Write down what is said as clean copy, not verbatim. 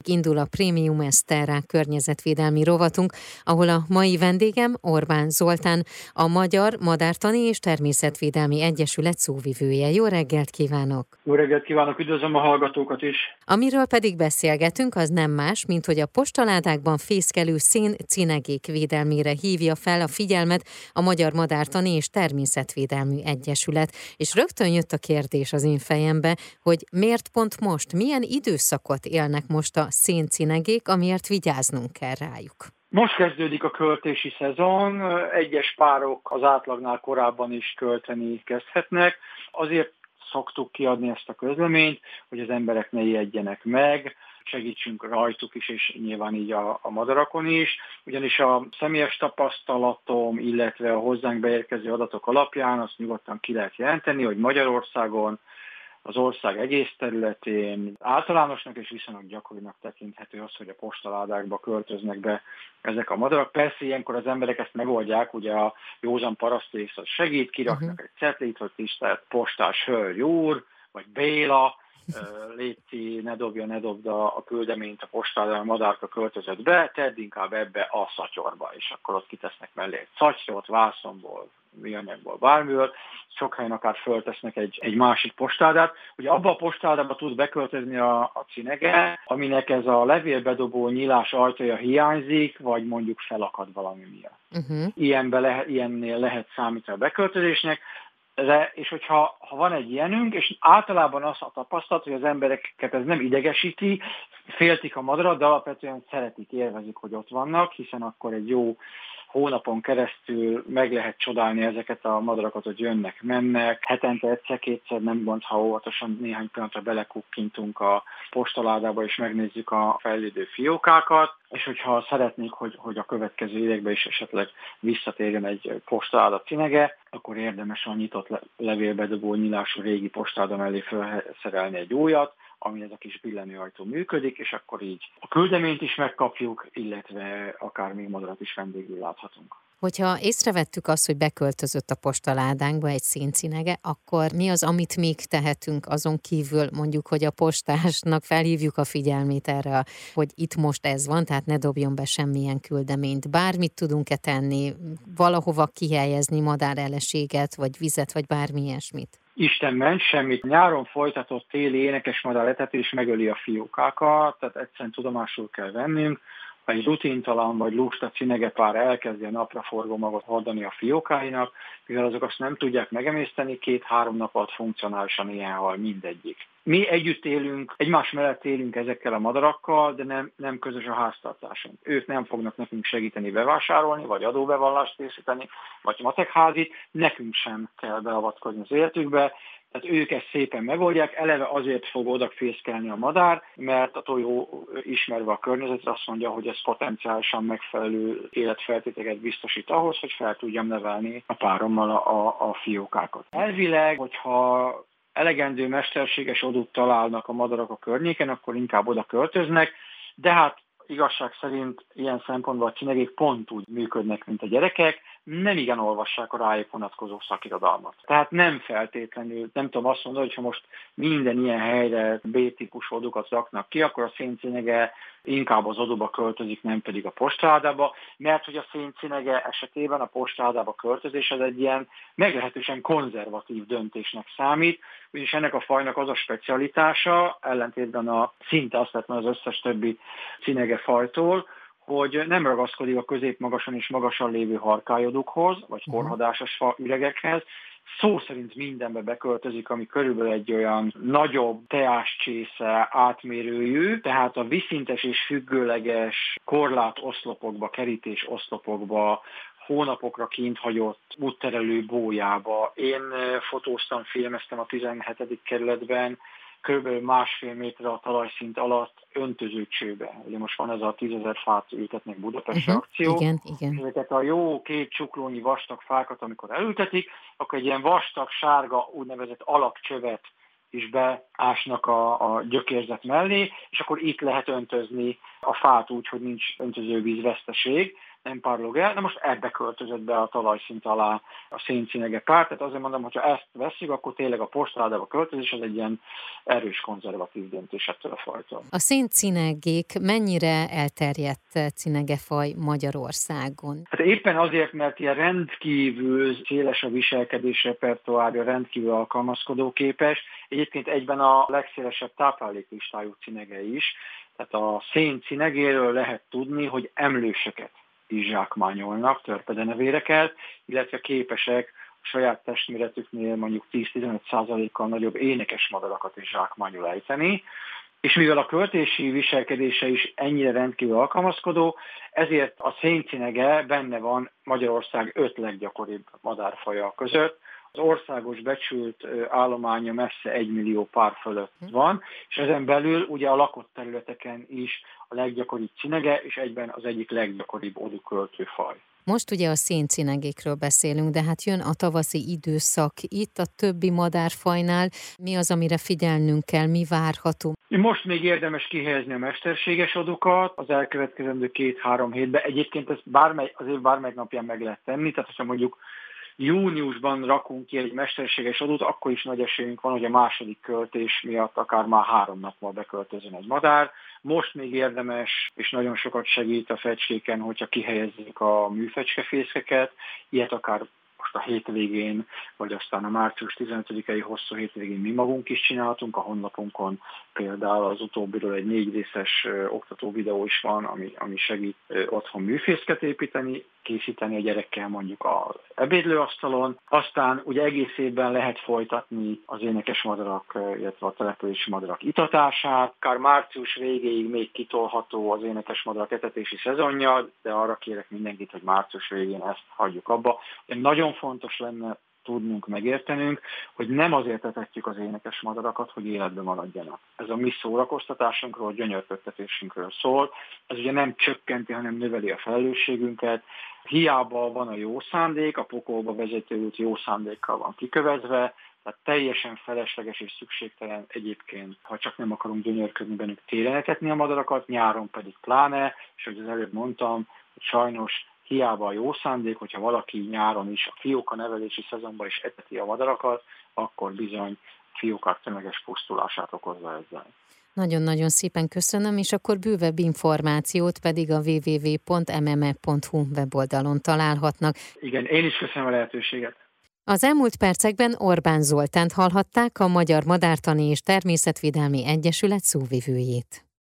indul a Prémium Exterra környezetvédelmi rovatunk, ahol a mai vendégem Orbán Zoltán, a Magyar Madártani és Természetvédelmi Egyesület szóvivője. Jó reggelt kívánok! Jó reggelt kívánok, üdvözlöm a hallgatókat is! Amiről pedig beszélgetünk, az nem más, mint hogy a postaládákban fészkelő széncinegék védelmére hívja fel a figyelmet a Magyar Madártani és Természetvédelmi Egyesület. És rögtön jött a kérdés az én fejembe, hogy miért pont most, milyen időszakot élnek most a széncinegék, amiért vigyáznunk kell rájuk. Most kezdődik a költési szezon, egyes párok az átlagnál korábban is költeni kezdhetnek. Azért szoktuk kiadni ezt a közleményt, hogy az emberek ne ijedjenek meg, segítsünk rajtuk is, és nyilván így a madarakon is. Ugyanis a személyes tapasztalatom, illetve a hozzánk beérkező adatok alapján azt nyugodtan ki lehet jelenteni, hogy Magyarországon, az ország egész területén általánosnak és viszonylag gyakorinak tekinthető az, hogy a postaládákba költöznek be ezek a madarak. Persze ilyenkor az emberek ezt megoldják, ugye a józan parasztész az segít, kiraknak egy cetlit, hogy tisztelt postás hölgy úr, vagy Béla, léci, ne dobd a küldeményt a postára, a madárka költözött be, tedd inkább ebbe a szatyorba, és akkor ott kitesznek mellé egy szatyrot, vászonból, műanyagból, bármiből, sok helyen akár föltesznek egy másik postádát. Ugye abba a postádába tud beköltözni a cinege, aminek ez a levélbedobó nyílás ajtaja hiányzik, vagy mondjuk felakad valami miatt. Ilyennél lehet számítani a beköltözésnek, és hogyha van egy ilyenünk, és általában azt a tapasztalat, hogy az embereket ez nem idegesíti, féltik a madarat, de alapvetően szeretik, élvezik, hogy ott vannak, hiszen akkor egy jó hónapon keresztül meg lehet csodálni ezeket a madarakat, hogy jönnek, mennek. Hetente egyszer-kétszer nem gond, ha óvatosan néhány pillanatra belekukkintunk a postaládába, és megnézzük a fejlődő fiókákat, és hogyha szeretnék, hogy a következő években is esetleg visszatérjen egy postaláda cinege, akkor érdemes a nyitott levélbedobó nyílású régi postáda mellé felszerelni egy újat, ami ez a kis billenőajtó működik, és akkor így a küldeményt is megkapjuk, illetve akár még madarat is vendégül láthatunk. Hogyha észrevettük azt, hogy beköltözött a postaládánkba egy széncinege, akkor mi az, amit még tehetünk azon kívül, mondjuk, hogy a postásnak felhívjuk a figyelmét erre, hogy itt most ez van, tehát ne dobjon be semmilyen küldeményt. Bármit tudunk-e tenni, valahova kihelyezni madáreleséget, vagy vizet, vagy bármi ilyesmit? Isten ments, semmit. Nyáron folytatott téli énekesmadár etetés megöli a fiókákat, tehát egyszerűen tudomásul kell vennünk. Ha egy rutintalan vagy lusta cinegepár elkezdi a napraforgó magot hordani a fiókáinak, mivel azok azt nem tudják megemészteni, 2-3 nap alatt funkcionálisan ilyen hal mindegyik. Mi együtt élünk, egymás mellett élünk ezekkel a madarakkal, de nem közös a háztartásunk. Ők nem fognak nekünk segíteni bevásárolni, vagy adóbevallást készíteni, vagy matekházit, nekünk sem kell beavatkozni az életükbe. Tehát ők ezt szépen megoldják, eleve azért fog odafészkelni a madár, mert a tojó ismerve a környezetre azt mondja, hogy ez potenciálisan megfelelő életfeltételeket biztosít ahhoz, hogy fel tudjam nevelni a párommal a fiókákat. Elvileg, hogyha elegendő mesterséges odút találnak a madarak a környéken, akkor inkább oda költöznek, de hát igazság szerint ilyen szempontból a cinegék pont úgy működnek, mint a gyerekek, nem igen olvassák a rájuk vonatkozó szakirodalmat. Tehát nem feltétlenül, nem tudom azt mondani, hogy ha most minden ilyen helyre B-típusú odukat raknak ki, akkor a széncinege inkább az odóba költözik, nem pedig a postaládába, mert hogy a széncinege esetében a postaládába költözés az egy ilyen meglehetősen konzervatív döntésnek számít, ugyanis ennek a fajnak az a specialitása, ellentétben szinte azt lehet az összes többi cinegefajtól, hogy nem ragaszkodik a középmagasan és magasan lévő harkályodukhoz, vagy korhadásos fa üregekhez, szó szerint mindenbe beköltözik, ami körülbelül egy olyan nagyobb teáscsésze átmérőjű, tehát a vízszintes és függőleges korlátoszlopokba, kerítésoszlopokba, hónapokra kint hagyott útterelő bójába. Én fotóztam, filmeztem a 17. kerületben, körülbelül 1,5 méter a talajszint alatt öntözőcsőbe. Ugye most van ez a 10 000 fát ültetnek Budapestre akció. Igen. Ezeket a jó 2 csuklónyi vastag fákat, amikor elültetik, akkor egy ilyen vastag, sárga, úgynevezett alapcsövet is beásnak a gyökérzet mellé, és akkor itt lehet öntözni a fát úgy, hogy nincs öntözővízveszteség. nem párolog el, de most ebbe költözött be a talajszint alá a széncinege pár, tehát azért mondom, hogyha ezt veszik, akkor tényleg a postaládába költözés az egy ilyen erős konzervatív döntés ettől a fajtól. A széncinegék mennyire elterjedt cinegefaj Magyarországon? Hát éppen azért, mert ilyen rendkívül széles a viselkedés repertoárja, rendkívül alkalmazkodóképes, egyébként egyben a legszélesebb tápláléklistájú cinege is, tehát a széncinegéről lehet tudni, hogy emlősöket is zsákmányolnak, törpedenevéreket, illetve képesek a saját testméretüknél mondjuk 10-15%-kal nagyobb énekes madarakat is zsákmányul ejteni. És mivel a költési viselkedése is ennyire rendkívül alkalmazkodó, ezért a széncinege benne van Magyarország 5 leggyakoribb madárfaja között. Az országos becsült állománya messze 1 millió pár fölött van, és ezen belül ugye a lakott területeken is a leggyakoribb cinege, és egyben az egyik leggyakoribb oduköltő faj. Most ugye a széncinegékről beszélünk, de hát jön a tavaszi időszak itt, a többi madárfajnál. Mi az, amire figyelnünk kell, mi várható? Most még érdemes kihelyezni a mesterséges odukat az elkövetkezendő 2-3 hétben. Egyébként ezt az év bármely napján meg lehet tenni, tehát ha mondjuk júniusban rakunk ki egy mesterséges adót, akkor is nagy esélyünk van, hogy a második költés miatt akár már 3 nap múlva beköltözön egy madár. Most még érdemes, és nagyon sokat segít a fecskéken, hogyha kihelyezzük a műfecskefészkeket, ilyet akár most a hétvégén, vagy aztán a március 15-i hosszú hétvégén mi magunk is csináltunk, a honlapunkon például az utóbbiről egy 4 részes oktató videó is van, ami segít otthon műfészket készíteni a gyerekkel mondjuk az ebédlőasztalon. Aztán ugye egész évben lehet folytatni az énekes madarak, illetve a települési madarak itatását. Akár március végéig még kitolható az énekes madarak etetési szezonja, de arra kérek mindenkit, hogy március végén ezt hagyjuk abba. Nagyon fontos lenne tudnunk, megértenünk, hogy nem azért etetjük az énekes madarakat, hogy életben maradjanak. Ez a mi szórakoztatásunkról, gyönyörködtetésünkről szól. Ez ugye nem csökkenti, hanem növeli a felelősségünket. Hiába van a jó szándék, a pokolba vezető út jó szándékkal van kikövezve, tehát teljesen felesleges és szükségtelen egyébként, ha csak nem akarunk gyönyörködni bennük, télen etetni a madarakat, nyáron pedig pláne, és ahogy az előbb mondtam, hogy sajnos hiába a jó szándék, hogyha valaki nyáron is a fióka nevelési szezonban is eteti a madarakat, akkor bizony a fiókák tömeges pusztulását okozza ezzel. Nagyon-nagyon szépen köszönöm, és akkor bővebb információt pedig a www.mme.hu weboldalon találhatnak. Igen, én is köszönöm a lehetőséget. Az elmúlt percekben Orbán Zoltánt hallhatták, a Magyar Madártani és Természetvédelmi Egyesület szóvivőjét.